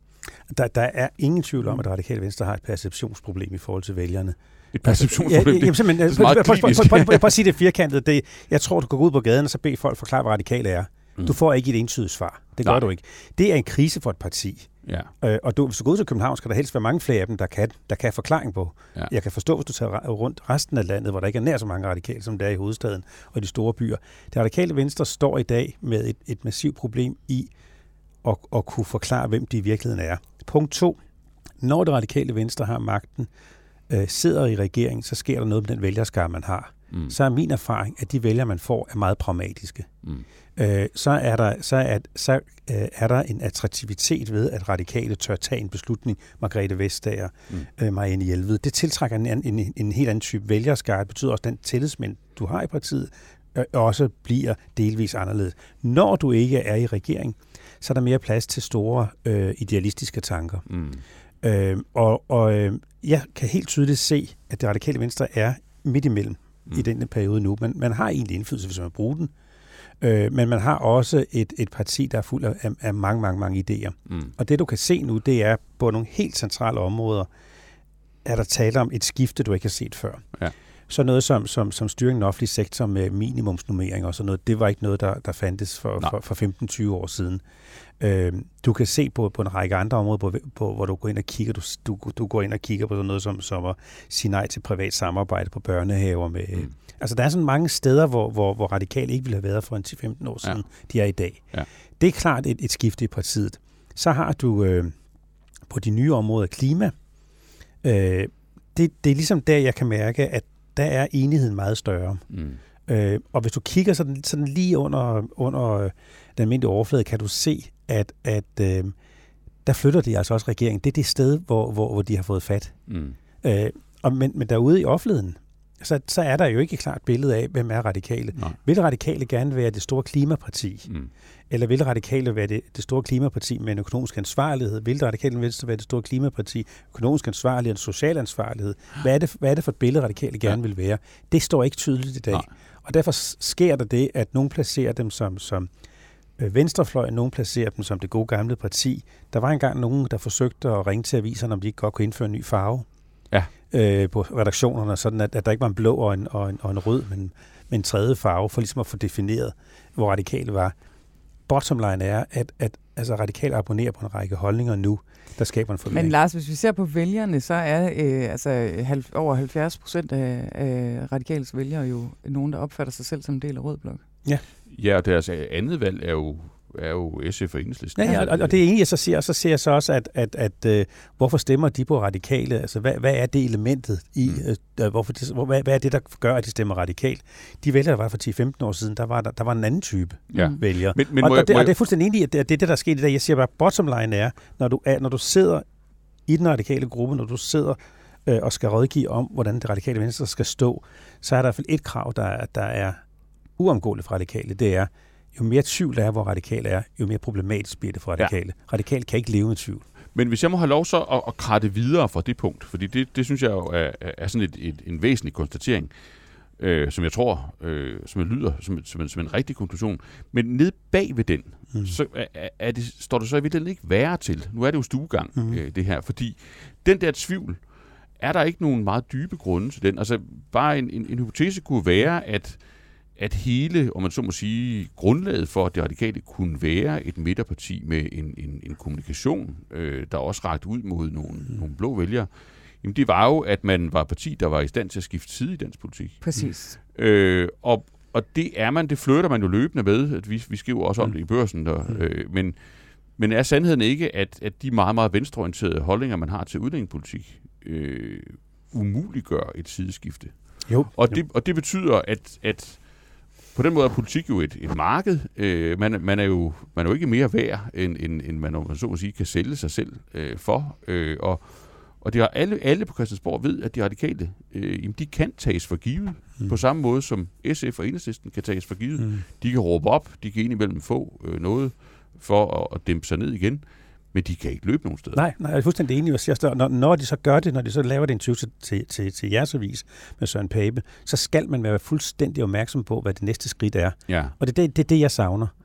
Der, der er ingen tvivl om, at Radikale Venstre har et perceptionsproblem i forhold til vælgerne. Et perceptionsproblem? Ja, jamen, simpelthen, det er meget prøv, prøv, prøv, prøv, prøv at sige det firkantet. Det, jeg tror, du kan gå ud på gaden og så bede folk forklare, hvad radikale er. Mm. Du får ikke et entydigt svar. Det gør Nej. du ikke. Det er en krise for et parti. Ja. Øh, og du, hvis du går ud til København, skal der helst være mange flere af dem, der kan, der kan have forklaring på. Ja. Jeg kan forstå, hvis du tager rundt resten af landet, hvor der ikke er nær så mange radikale, som der er i hovedstaden og i de store byer. Det radikale Venstre står i dag med et, et massivt problem i at, at kunne forklare, hvem de i virkeligheden er. Punkt to. Når det radikale Venstre har magten, øh, sidder i regeringen, så sker der noget med den vælgerskare, man har. Mm. Så er min erfaring, at de vælger, man får, er meget pragmatiske. Mm. Øh, så er der, så er, så, øh, er der en attraktivitet ved, at radikale tør tage en beslutning. Margrethe Vestager, mm. øh, Marianne Jelved. Det tiltrækker en, en, en helt anden type vælgerskare. Det betyder også, at den tillidsmænd, du har i partiet, øh, også bliver delvis anderledes. Når du ikke er i regering, så er der mere plads til store øh, idealistiske tanker. Mm. Øh, og og øh, jeg kan helt tydeligt se, at det radikale Venstre er midt imellem mm. i denne periode nu. Man, man har egentlig indflydelse, hvis man bruger den. Øh, men man har også et, et parti, der er fuld af, af mange, mange, mange idéer. Mm. Og det, du kan se nu, det er på nogle helt centrale områder, er der tale om et skifte, du ikke har set før. Ja. Så noget som, som, som styring af den offentlige sektor med minimumsnummering og sådan noget, det var ikke noget, der, der fandtes for, for, for femten til tyve år siden. Øh, du kan se på, på en række andre områder, på, på, hvor du går ind og kigger, du, du, du går ind og kigger på sådan noget som, som at sige nej til privat samarbejde på børnehaver. Med, mm. Altså, der er sådan mange steder, hvor, hvor, hvor radikale ikke ville have været for en ti til femten år siden, ja. de er i dag. Ja. Det er klart et, et skifte i partiet. Så har du øh, på de nye områder klima. Øh, det, det er ligesom der, jeg kan mærke, at der er enigheden meget større. Mm. Øh, og hvis du kigger sådan, sådan lige under, under den almindelige overflade, kan du se, at, at øh, der flytter de altså også regeringen. Det er det sted, hvor, hvor, hvor de har fået fat. Mm. Øh, og, men, men derude i offentligheden, så, så er der jo ikke et klart billede af, hvem er radikale. Nej. Vil radikale gerne være det store klimaparti? Mm. Eller vil radikale være det, det store klimaparti med en økonomisk ansvarlighed? Vil radikale venstre være det store klimaparti, økonomisk ansvarlighed og social ansvarlighed? Hvad er, det, hvad er det for et billede, radikale gerne ja. vil være? Det står ikke tydeligt i dag. Nej. Og derfor sker der det, at nogen placerer dem som, som venstrefløjen, nogen placerer dem som det gode gamle parti. Der var engang nogen, der forsøgte at ringe til aviserne, om de ikke godt kunne indføre en ny farve. Ja. Øh, på redaktionerne, sådan at, at der ikke var en blå og en, og en, og en rød, men, men en tredje farve, for ligesom at få defineret, hvor radikale var. Bottom line er, at, at altså, radikale abonnerer på en række holdninger nu, der skaber en forvirring. Men Lars, hvis vi ser på vælgerne, så er øh, altså, halv, over halvfjerds procent af, af radikales vælgere jo nogen, der opfatter sig selv som en del af Rød Blok. Ja, ja, og deres andet valg er jo er jo S F og Enhedslisten. Ja, ja, og, og det er egentlig, jeg så ser, så ser jeg så også, at, at, at, at hvorfor stemmer de på radikale? Altså, hvad, hvad er det elementet i, mm. uh, hvorfor de, hvor, hvad, hvad er det, der gør, at de stemmer radikalt? De vælger, der var for ti til femten år siden, der var, der, der var en anden type ja. vælger. Men, men og, jeg, og, det, og det er fuldstændig egentlig, at det er det, der er sket i dag. Jeg siger bare, bottom line er, når du, er, når du sidder i den radikale gruppe, når du sidder øh, og skal rådgive om, hvordan det radikale venstre skal stå, så er der i hvert fald et krav, der, der er uomgåeligt for radikale. Det er, jo mere tvivl der er, hvor radikale er, jo mere problematisk bliver det for radikale. Ja. Radikale kan ikke leve med tvivl. Men hvis jeg må have lov så at, at kratte videre fra det punkt, fordi det, det synes jeg jo er, er sådan et, et, en væsentlig konstatering, øh, som jeg tror, øh, som jeg lyder som, som, en, som en rigtig konklusion. Men ned bag ved den, mm. så er, er det, står det så i virkeligheden ikke værre til. Nu er det jo stuegang, mm. øh, det her, fordi den der tvivl, er der ikke nogen meget dybe grunde til den. Altså bare en, en, en hypotese kunne være, at at hele, om man så må sige, grundlaget for, at det radikale kunne være et midterparti med en, en, en kommunikation, øh, der også rakte ud mod nogle, mm. nogle blå vælgere, jamen det var jo, at man var et parti, der var i stand til at skifte side i dansk politik. Præcis. Øh, og, og det er man, det flytter man jo løbende med, at vi, vi skriver også om mm. det i børsen, der, øh, men, men er sandheden ikke, at, at de meget, meget venstreorienterede holdninger, man har til udlændingepolitik, øh, umuliggør et sideskifte? Jo. Og det, og det betyder, at, at på den måde er politik jo et, et marked. Øh, man, man, er jo, man er jo ikke mere værd, end, end, end man, man så at sige, kan sælge sig selv øh, for. Øh, og og det har alle, alle på Christiansborg ved, at de radikale, øh, jamen, de kan tages for givet. Mm. På samme måde som S F og Enhedslisten kan tages for givet. Mm. De kan råbe op, de kan indimellem få øh, noget for at, at dæmpe sig ned igen. Men de kan ikke løbe nogen steder. Nej, nej, jeg er fuldstændig enig. Når, når de så gør det, når de så laver det interview til, til, til, til jeres avis med Søren Pape, så skal man være fuldstændig opmærksom på, hvad det næste skridt er. Ja. Og det er det, det, det, jeg savner. Ja.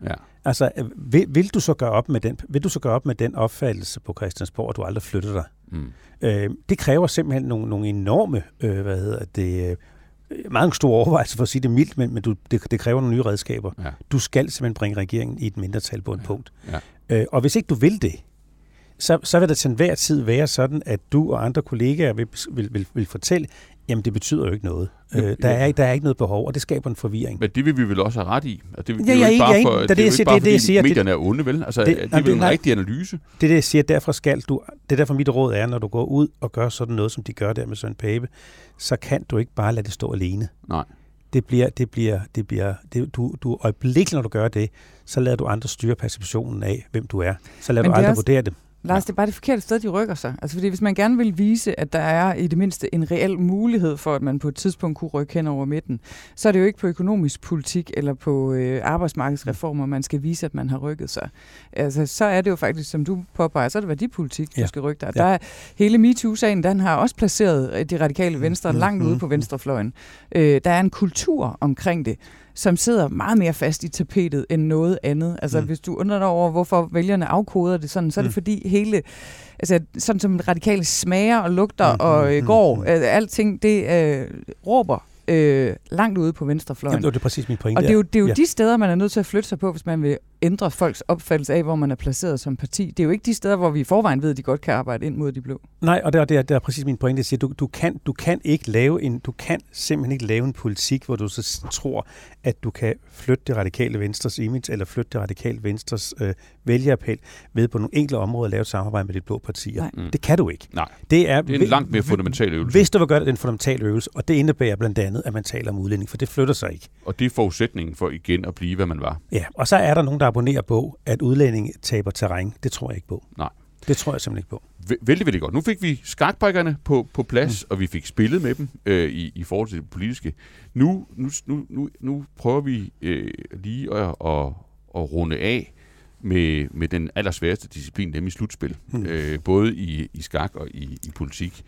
Altså, vil, vil, du så gøre op med den, vil du så gøre op med den opfattelse på Christiansborg, at du aldrig flytter dig? Mm. Øh, det kræver simpelthen nogle, nogle enorme, øh, hvad hedder det, øh, meget store overvejelser for at sige det mildt, men, men du, det, det kræver nogle nye redskaber. Ja. Du skal simpelthen bringe regeringen i et mindretal på en ja. punkt. Ja. Øh, og hvis ikke du vil det, så, så vil det til enhver tid være sådan, at du og andre kollegaer vil, vil, vil, vil fortælle, jamen det betyder jo ikke noget. Øh, der, er, der er ikke noget behov, og det skaber en forvirring. Men det vil vi vel også have ret i? Altså, det, ja, det er jo ikke bare, ja, for, det, det, det, det, det, bare det, det, jeg siger, medierne er onde, vel? Altså, det, det er vel en rigtig analyse. Det er det, jeg siger, derfor skal du, det er derfor mit råd er, når du går ud og gør sådan noget, som de gør der med Søren Pape, så kan du ikke bare lade det stå alene. Nej. Det bliver, det bliver, det bliver, det, du, du øjeblikkeligt, når du gør det, så lader du andre styre perceptionen af, hvem du er. Så lader Men du andre også... vurdere det. Lars, det er bare det forkerte sted, de rykker sig. Altså, fordi hvis man gerne vil vise, at der er i det mindste en reel mulighed for, at man på et tidspunkt kunne rykke hen over midten, så er det jo ikke på økonomisk politik eller på øh, arbejdsmarkedsreformer, man skal vise, at man har rykket sig. Altså, så er det jo faktisk, som du påpeger, så er det værdipolitik, du ja. skal rykke dig. Ja. Der er, hele MeToo-sagen, den har også placeret de radikale venstre mm. langt mm. ude på venstrefløjen. Øh, der er en kultur omkring det, som sidder meget mere fast i tapetet end noget andet. Altså, mm. hvis du undrer dig over, hvorfor vælgerne afkoder det sådan, så er det mm. fordi hele, altså sådan som radikale smager og lugter mm. og øh, går, øh, alting, det øh, råber øh, langt ude på venstrefløjen. Jamen, det er præcis min pointe. Og det er jo, det er jo ja. de steder, man er nødt til at flytte sig på, hvis man vil ændre folks opfattelse af, hvor man er placeret som parti. Det er jo ikke de steder, hvor vi i forvejen ved, at de godt kan arbejde ind mod de blå. Nej, og det er, det er, det er præcis min pointe. Jeg siger, du, du, kan, du kan ikke lave en, du kan simpelthen ikke lave en politik, hvor du så tror, at du kan flytte det radikale venstres image, eller flytte det radikale venstres øh, vælgerappel ved på nogle enkle områder at lave et samarbejde med de blå partier. Mm. Det kan du ikke. Nej, det er, det er en langt mere fundamental øvelse. Hvis du vil gøre det, det er en fundamental øvelse, og det indebærer blandt andet, at man taler om udlænding, for det flytter sig ikke. Og det er forudsætningen for igen at blive, hvad man var. Ja, og så er der nogen, der abonnerer på, at udlændinge taber terræn. Det tror jeg ikke på. Nej. Det tror jeg simpelthen ikke på. Vældig, vældig godt. Nu fik vi skakbrikkerne på, på plads, mm. og vi fik spillet med dem øh, i, i forhold til det politiske. Nu, nu, nu, nu prøver vi øh, lige at, at, at runde af med, med den allersværeste disciplin, nemlig slutspil. Mm. Øh, både i, i skak og i, i politik.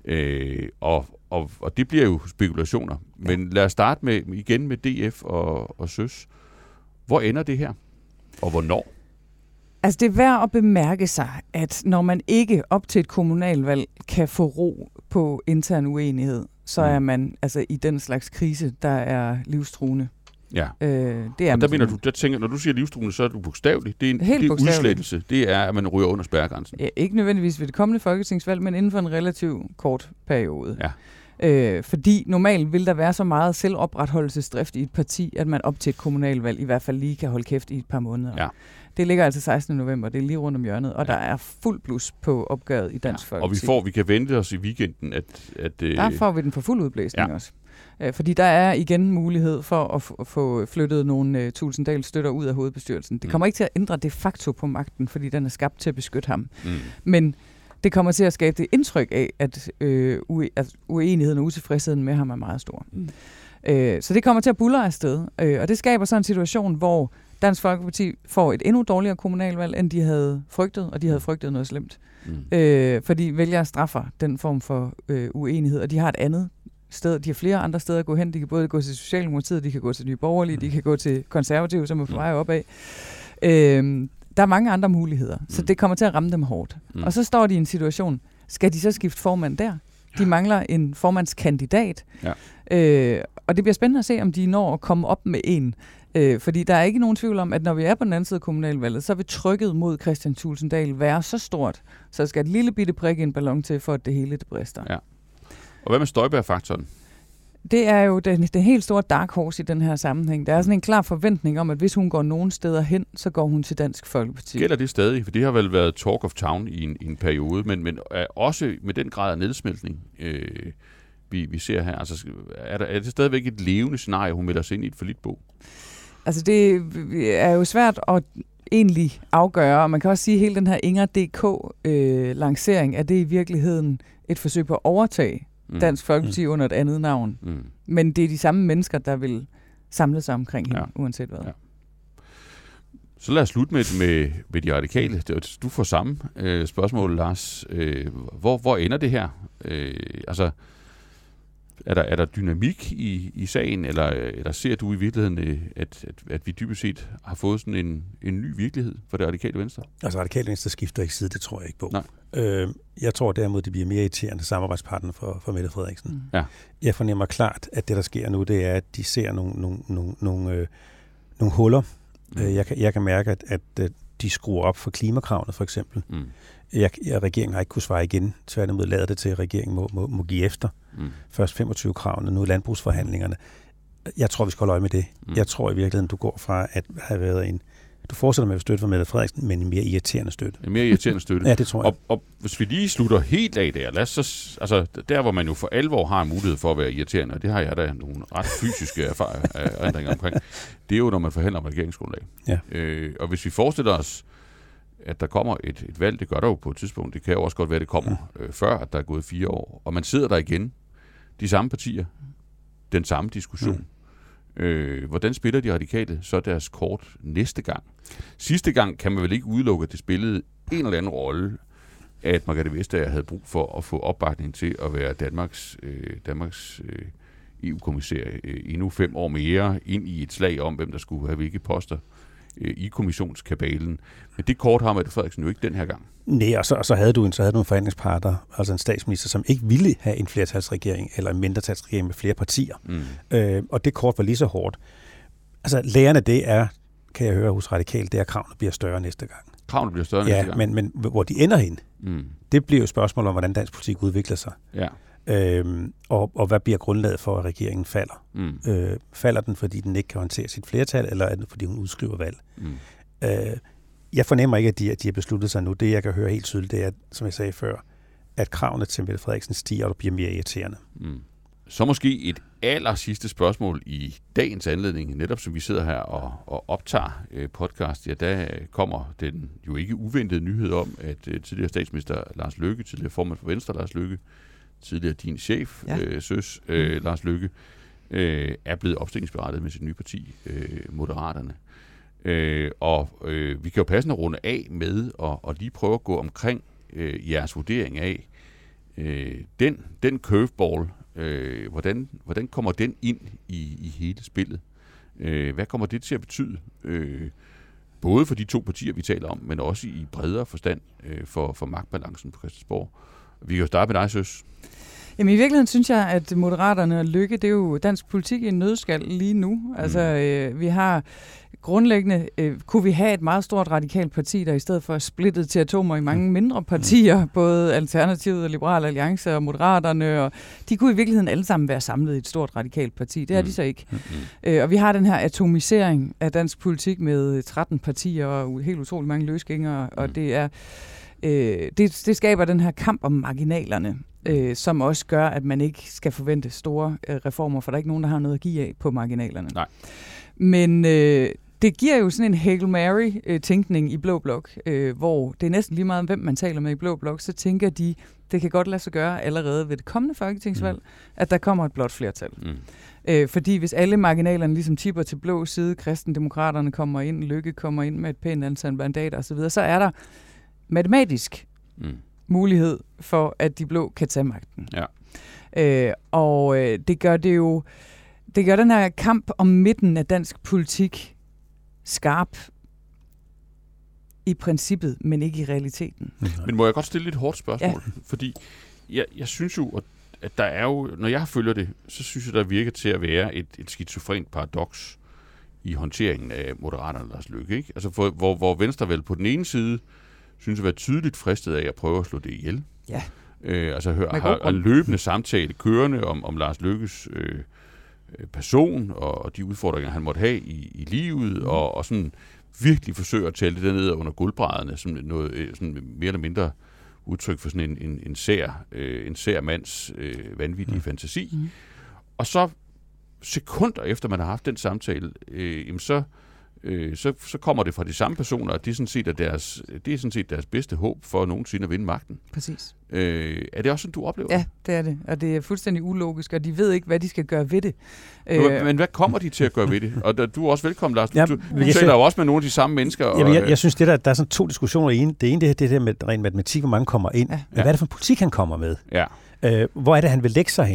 Øh, og, og, og det bliver jo spekulationer. Ja. Men lad os starte med, igen med D F og, og Søs. Hvor ender det her? Og hvornår? Altså, det er værd at bemærke sig, at når man ikke op til et kommunalvalg kan få ro på intern uenighed, så er man altså i den slags krise, der er livstruende. Ja. Øh, det er og der mener du, der tænker, når du siger livstruende, så er du bogstaveligt. Det er en Helt det er udslettelse. Det er, at man ryger under spærregrænsen. Ja, ikke nødvendigvis ved det kommende folketingsvalg, men inden for en relativt kort periode. Ja. Øh, fordi normalt vil der være så meget selvopretholdelsesdrift i et parti, at man op til et kommunalvalg i hvert fald lige kan holde kæft i et par måneder. Ja. Det ligger altså sekstende november, det er lige rundt om hjørnet, og ja. der er fuld blus på opgøret i Dansk ja. Folkeparti. Og vi får, vi kan vente os i weekenden, at... at der får vi den for fuld udblæsning ja. også. Øh, fordi der er igen mulighed for at, f- at få flyttet nogle uh, Tulsendal støtter ud af hovedbestyrelsen. Det kommer mm. ikke til at ændre de facto på magten, fordi den er skabt til at beskytte ham. Mm. Men det kommer til at skabe det indtryk af, at, øh, ue- at uenigheden og utilfredsheden med ham er meget stor. Mm. Øh, så det kommer til at buldre afsted, øh, og det skaber så en situation, hvor Dansk Folkeparti får et endnu dårligere kommunalvalg, end de havde frygtet, og de havde frygtet noget slemt. Mm. Øh, fordi vælgere straffer den form for øh, uenighed, og de har et andet sted. De har flere andre steder at gå hen. De kan både gå til Socialdemokratiet, de kan gå til Nye Borgerlige, mm. de kan gå til Konservative, som er på vej opad. Øh, der er mange andre muligheder, mm. så det kommer til at ramme dem hårdt. Mm. Og så står de i en situation, skal de så skifte formand der? De mangler en formandskandidat. Ja. Øh, og det bliver spændende at se, om de når at komme op med en. Øh, fordi der er ikke nogen tvivl om, at når vi er på den anden side af kommunalvalget, så vil trykket mod Kristian Tulsendal være så stort, så skal et lille bitte prik i en ballon til, for at det hele det brister. Ja. Og hvad med Støjberg-faktoren? Det er jo den, den helt store dark horse i den her sammenhæng. Der er sådan en klar forventning om, at hvis hun går nogen steder hen, så går hun til Dansk Folkeparti. Gælder det stadig? For det har vel været talk of town i en, i en periode, men, men er også med den grad af nedsmeltning, øh, vi, vi ser her. Altså, er, der, er det stadigvæk et levende scenarie, hun melder sig ind i et forlitbog? Altså, det er jo svært at egentlig afgøre, og man kan også sige, at hele den her Inger punktum D K-lancering, øh, er det i virkeligheden et forsøg på at overtage mm. Dansk Folkeparti mm. under et andet navn. Mm. Men det er de samme mennesker, der vil samle sig omkring hende, ja. uanset hvad. Ja. Så lad os slutte med, med, med de radikale. Du får samme øh, spørgsmål, Lars. Øh, hvor, hvor ender det her? Øh, altså, Er der, er der dynamik i, i sagen, eller, eller ser du i virkeligheden, at, at, at vi dybest set har fået sådan en, en ny virkelighed for det radikale venstre? Altså radikale venstre skifter ikke side, det tror jeg ikke på. Nej. Øh, jeg tror derimod, det bliver mere irriterende samarbejdspartner for, for Mette Frederiksen. Mm. Ja. Jeg fornemmer klart, at det, der sker nu, det er, at de ser nogle, nogle, nogle, nogle, øh, nogle huller. Mm. Jeg, kan, jeg kan mærke, at, at de skruer op for klimakravene, for eksempel. Mm. Jeg, jeg, regeringen har ikke kunnet svare igen. Tværtimod lader det til, at regeringen må, må, må give efter. Mm. Først femogtyve kravene, nu landbrugsforhandlingerne. Jeg tror, vi skal holde øje med det. Mm. Jeg tror i virkeligheden, du går fra at have været en... Du fortsætter med at støtte for Mette Frederiksen, men en mere irriterende støtte. En mere irriterende støtte? Ja, det tror jeg. Og, og hvis vi lige slutter helt af der, lad os så, altså der, hvor man jo for alvor har en mulighed for at være irriterende, og det har jeg da nogle ret fysiske erfaringer omkring, det er jo, når man forhandler om regeringsgrundlag. Ja. Øh, og hvis vi forestiller os, at der kommer et, et valg, det gør der jo på et tidspunkt, det kan jo også godt være, at det kommer mm. øh, før, at der er gået fire år, og man sidder der igen, de samme partier, den samme diskussion. Mm. Øh, hvordan spiller de radikale så deres kort næste gang? Sidste gang kan man vel ikke udelukke, at det spillede en eller anden rolle, at Margrethe Vestager havde brug for at få opbakning til at være Danmarks, øh, Danmarks øh, E U-kommissær øh, endnu fem år mere ind i et slag om, hvem der skulle have hvilke poster øh, i kommissionskabalen. Men det kort har Mette Frederiksen jo ikke den her gang. Nej, og så, og så havde du en, så havde du en forhandlingspartner, altså en statsminister, som ikke ville have en flertalsregering eller en mindretalsregering med flere partier. Mm. Øh, og det kort var lige så hårdt. Altså lærerne, det er, kan jeg høre hos Radikale, det er, at kravene bliver større næste gang. Kravene bliver større ja, næste gang? Men, men hvor de ender hen, mm. det bliver jo et spørgsmål om, hvordan dansk politik udvikler sig. Ja. Øhm, og, og hvad bliver grundlaget for, at regeringen falder? Mm. Øh, falder den, fordi den ikke kan håndtere sit flertal, eller er den, fordi hun udskriver valg? Mm. Øh, jeg fornemmer ikke, at de, at de har besluttet sig nu. Det, jeg kan høre helt tydeligt, det er, som jeg sagde før, at kravene til Mette Frederiksen stiger, og der bliver mere irriterende. Mm. Så måske et aller sidste spørgsmål i dagens anledning, netop som vi sidder her og, og optager øh, podcast. Ja, der kommer den jo ikke uventede nyhed om, at øh, tidligere statsminister Lars Løkke, tidligere formand for Venstre Lars Løkke, tidligere din chef, ja. øh, søs, øh, Lars Løkke, øh, er blevet opstillingsberettiget med sit nye parti, øh, Moderaterne. Øh, og øh, vi kan jo passende runde af med at, at lige prøve at gå omkring øh, jeres vurdering af øh, den, den curveball. Øh, hvordan, hvordan kommer den ind i, i hele spillet? Øh, hvad kommer det til at betyde? Øh, både for de to partier, vi taler om, men også i bredere forstand øh, for, for magtbalancen på Christiansborg. Vi kan jo starte med dig, Søs. Jamen i virkeligheden synes jeg, at Moderaterne og Løkke, det er jo dansk politik i en nødskal lige nu. Altså øh, vi har grundlæggende, øh, kunne vi have et meget stort radikalt parti, der i stedet for splittet til atomer i mange mindre partier, både Alternativet og Liberal Alliance og Moderaterne, og de kunne i virkeligheden alle sammen være samlet i et stort radikalt parti. Det er de så ikke. Mm. Øh, og vi har den her atomisering af dansk politik med tretten partier og helt utrolig mange løsgængere, og det er øh, det, det skaber den her kamp om marginalerne. Øh, som også gør, at man ikke skal forvente store øh, reformer, for der er ikke nogen, der har noget at give af på marginalerne. Nej. Men øh, det giver jo sådan en Hail Mary-tænkning i Blå Blok, øh, hvor det er næsten lige meget, hvem man taler med i Blå Blok, så tænker de, det kan godt lade sig gøre allerede ved det kommende folketingsvalg, mm. at der kommer et blåt flertal. Mm. Øh, fordi hvis alle marginalerne ligesom tipper til blå side, Kristendemokraterne kommer ind, Løkke kommer ind med et pænt antal mandater osv., så er der matematisk mm. mulighed for, at de blå kan tage magten. Ja. Øh, og øh, det gør det jo, det gør den her kamp om midten af dansk politik skarp i princippet, men ikke i realiteten. Men må jeg godt stille et hårdt spørgsmål? Ja. Fordi jeg, jeg synes jo, at der er jo, når jeg følger det, så synes jeg, der virker til at være et, et skizofrent paradoks i håndteringen af Moderaterne og Lars Løkke. Ikke? Altså for, hvor, hvor Venstre vel på den ene side synes at være tydeligt fristet af at prøve at slå det ihjel. Ja. Øh, altså hør, har en løbende samtale kørende om, om Lars Løkkes øh, person og, og de udfordringer, han måtte have i, i livet, mm. og, og sådan virkelig forsøger at tale det dernede under gulvbrædderne, som noget sådan mere eller mindre udtryk for sådan en, en, en, sær, øh, en sær mands øh, vanvittige mm. fantasi. Mm. Og så sekunder efter man har haft den samtale, øh, jamen så Øh, så, så kommer det fra de samme personer, og det er sådan set, deres, det er sådan set deres bedste håb for nogensinde at vinde magten. Præcis. Øh, er det også sådan, du oplever det? Ja, det er det. Og det er fuldstændig ulogisk, og de ved ikke, hvad de skal gøre ved det. Men, øh, men hvad kommer de til at gøre ved det? Og da, du er også velkommen, Lars. Du, ja, du, du taler jo også med nogle af de samme mennesker. Og, jamen, jeg, jeg synes, det der, der er sådan to diskussioner i en. Det ene det er det der med ren matematik, hvor mange kommer ind. Ja. Men hvad er det for en politik, han kommer med? Ja. Øh, hvor er det, han vil lægge sig hen?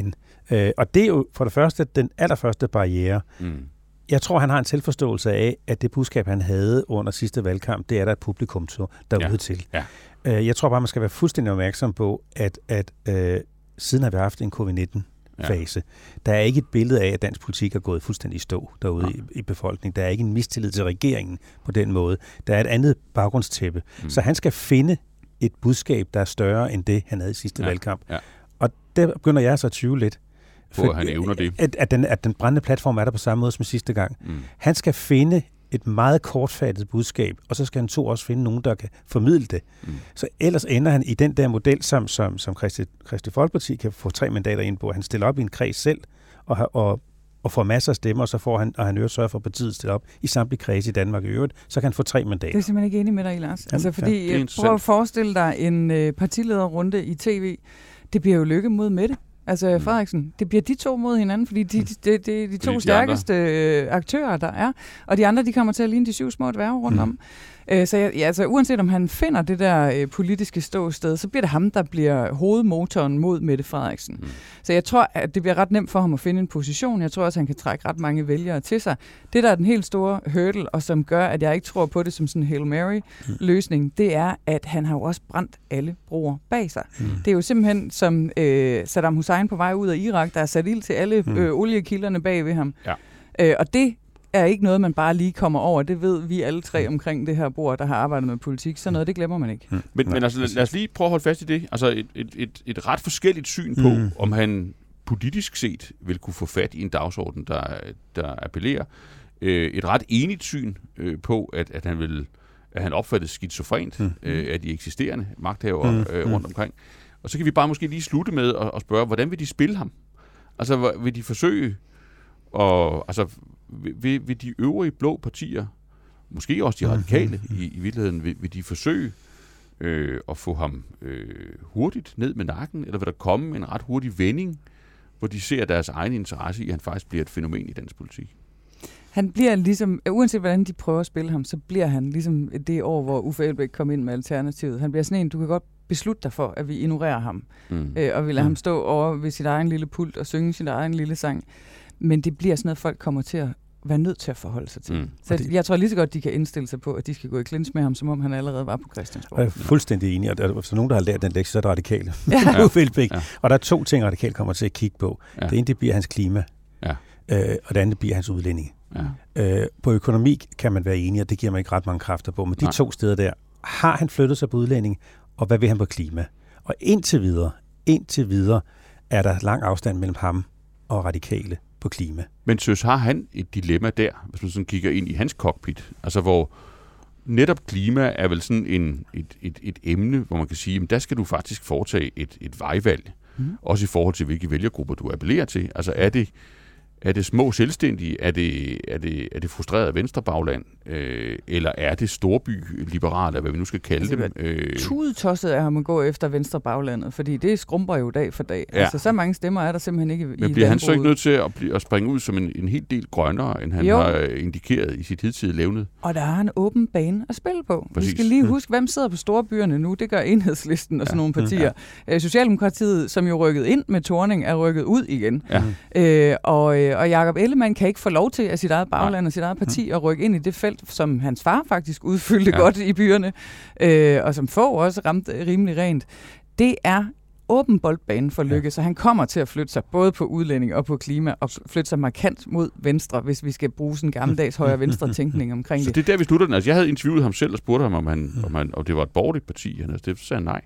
Øh, og det er jo for det første den allerførste barriere. Mm. Jeg tror, han har en tilforståelse af, at det budskab, han havde under sidste valgkamp, det er der et publikum derude ja. til. Ja. Øh, jeg tror bare, man skal være fuldstændig opmærksom på, at, at øh, siden har vi haft en covid nitten fase. Ja. Der er ikke et billede af, at dansk politik er gået fuldstændig i stå derude ja. i, i befolkningen. Der er ikke en mistillid til regeringen på den måde. Der er et andet baggrundstæppe. Mm. Så han skal finde et budskab, der er større end det, han havde i sidste ja. valgkamp. Ja. Og der begynder jeg så at tvivle lidt. På, for, at han evner det. At, at, den, at den brændende platform er der på samme måde som sidste gang. Mm. Han skal finde et meget kortfattet budskab, og så skal han to også finde nogen, der kan formidle det. Mm. Så ellers ender han i den der model, som, som, som Kristi, Kristi Folkeparti kan få tre mandater ind på. Han stiller op i en kreds selv, og, og, og får masser af stemmer, og så får han, og han øvrigt sørger for partiet stille op i samtlige kreds i Danmark i øvrigt, så kan han få tre mandater. Det er simpelthen ikke enig med dig, Lars. Altså, fordi, ja, prøv at forestille dig en øh, partilederrunde i tv. Det bliver jo Lykke mod Mette. Altså Frederiksen, det bliver de to mod hinanden, fordi de, de, de, de, de to de stærkeste andre. aktører, der er, og de andre, de kommer til at ligne de syv små dværge rundt om. Mm. Så ja, altså, uanset om han finder det der øh, politiske ståsted, så bliver det ham, der bliver hovedmotoren mod Mette Frederiksen. Mm. Så jeg tror, at det bliver ret nemt for ham at finde en position. Jeg tror også, at han kan trække ret mange vælgere til sig. Det, der er den helt store hurdle, og som gør, at jeg ikke tror på det som sådan en Hail Mary-løsning, mm. det er, at han har jo også brændt alle broer bag sig. Mm. Det er jo simpelthen som øh, Saddam Hussein på vej ud af Irak, der er sat ild til alle mm. øh, oliekilderne bag ved ham. Ja. Øh, og det er ikke noget, man bare lige kommer over. Det ved vi alle tre omkring det her bord, der har arbejdet med politik. Så noget, det glemmer man ikke. Mm. Men, men altså, lad os lige prøve at holde fast i det. Altså et, et, et, et ret forskelligt syn på, mm. om han politisk set vil kunne få fat i en dagsorden, der, der appellerer. Øh, et ret enigt syn øh, på, at, at han vil at han opfattes skizofrent mm. øh, af de eksisterende magthavere mm. øh, rundt omkring. Og så kan vi bare måske lige slutte med at, at spørge, hvordan vil de spille ham? Altså, vil de forsøge og altså Vil, vil de øvrige blå partier, måske også de radikale mm-hmm. i, i virkeligheden, vil, vil de forsøge øh, at få ham øh, hurtigt ned med nakken, eller vil der komme en ret hurtig vending, hvor de ser deres egen interesse i, at han faktisk bliver et fænomen i dansk politik? Han bliver ligesom, uanset hvordan de prøver at spille ham, så bliver han ligesom det år, hvor Uffe Elbæk kom ind med Alternativet. Han bliver sådan en, du kan godt beslutte dig for, at vi ignorerer ham, mm. øh, og vi lader mm. ham stå over ved sit egen lille pult og synge sin egen lille sang. Men det bliver sådan noget, folk kommer til at være nødt til at forholde sig til. Mm. Så det, jeg tror lige så godt, de kan indstille sig på, at de skal gå i klins med ham, som om han allerede var på Christiansborg. Jeg er fuldstændig enig, og der er nogen, der har lært den lektie, så er det radikale. Ja. Uffe Elbæk. Ja. Og der er to ting, radikale kommer til at kigge på. Ja. Det ene, det bliver hans klima, ja. øh, og det andet bliver hans udlændinge. Ja. Øh, på økonomi kan man være enig, og det giver man ikke ret mange kræfter på, men de Nej. to steder der, har han flyttet sig på udlænding, og hvad vil han på klima? Og indtil videre, indtil videre, er der lang afstand mellem ham og radikale på klima. Men Søs, har han et dilemma der, hvis man sådan kigger ind i hans cockpit, altså hvor netop klima er vel sådan en, et, et, et emne, hvor man kan sige, at der skal du faktisk foretage et, et vejvalg, mm. også i forhold til, hvilke vælgergrupper du appellerer til. Altså er det, er det små selvstændige, er det, er det, er det frustreret venstrebagland, øh, eller er det storby-liberale, hvad vi nu skal kalde altså, dem? Øh... Tudetosset er ham at gå efter venstrebaglandet, fordi det skrumper jo dag for dag. Ja. Altså så mange stemmer er der simpelthen ikke i Men bliver han så ikke nødt til at, blive, at springe ud som en, en helt del grønnere, end han jo. har indikeret i sit hidtidige levned? Og der er en åben bane at spille på. Præcis. Vi skal lige huske, hvem sidder på storbyerne nu? Det gør Enhedslisten og sådan ja. nogle partier. Ja. Socialdemokratiet, som jo rykket ind med Thorning, er rykket ud igen. Ja. Øh, og Og Jakob Ellemann kan ikke få lov til af sit eget bagland Nej. og sit eget parti at rykke ind i det felt, som hans far faktisk udfyldte ja. godt i byerne, øh, og som få også ramte rimelig rent. Det er åben boldbane for Lykke, ja. så han kommer til at flytte sig både på udlænding og på klima, og flytte sig markant mod venstre, hvis vi skal bruge sådan en gammeldags højre-venstre-tænkning omkring det. Så det er der, vi slutter den. Altså, jeg havde interviewet ham selv og spurgte ham, om, han, om, han, om det var et borgerligt parti. Han altså, det sagde nej.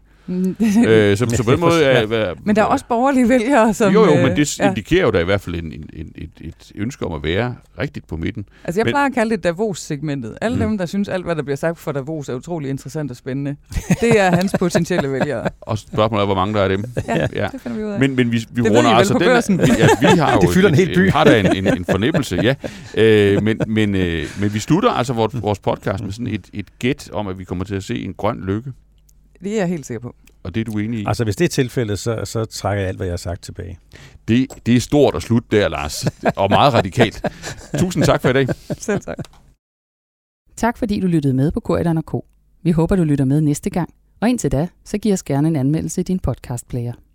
øh, så, så på den måde er, er, men der er også borgerlige vælgere, som... Jo, jo, men det ja. indikerer jo da i hvert fald en, en, en, et, et ønske om at være rigtigt på midten. Altså jeg men, plejer at kalde det Davos-segmentet. Alle mm. dem, der synes, alt hvad der bliver sagt for Davos er utrolig interessant og spændende. Det er hans potentielle vælgere. Og spørgsmålet er, hvor mange der er dem. Ja, ja. det finder vi ud af. Men, men vi, vi det ved I altså vel på børsen. Den, ja, vi har jo det fylder en hel by. har da en, en, en fornemmelse, ja. Øh, men, men, øh, men vi slutter altså vores, vores podcast med sådan et, et gæt om, at vi kommer til at se en grøn Lykke. Det er jeg helt sikker på. Og det er du enig i? Altså, hvis det er tilfældet, så, så trækker jeg alt, hvad jeg har sagt tilbage. Det, det er stort at slutte der, Lars. Og meget radikalt. Tusind tak for i dag. Selv tak. Tak fordi du lyttede med på Corydon og Co. Vi håber, du lytter med næste gang. Og indtil da, så giv os gerne en anmeldelse i din podcastplayer.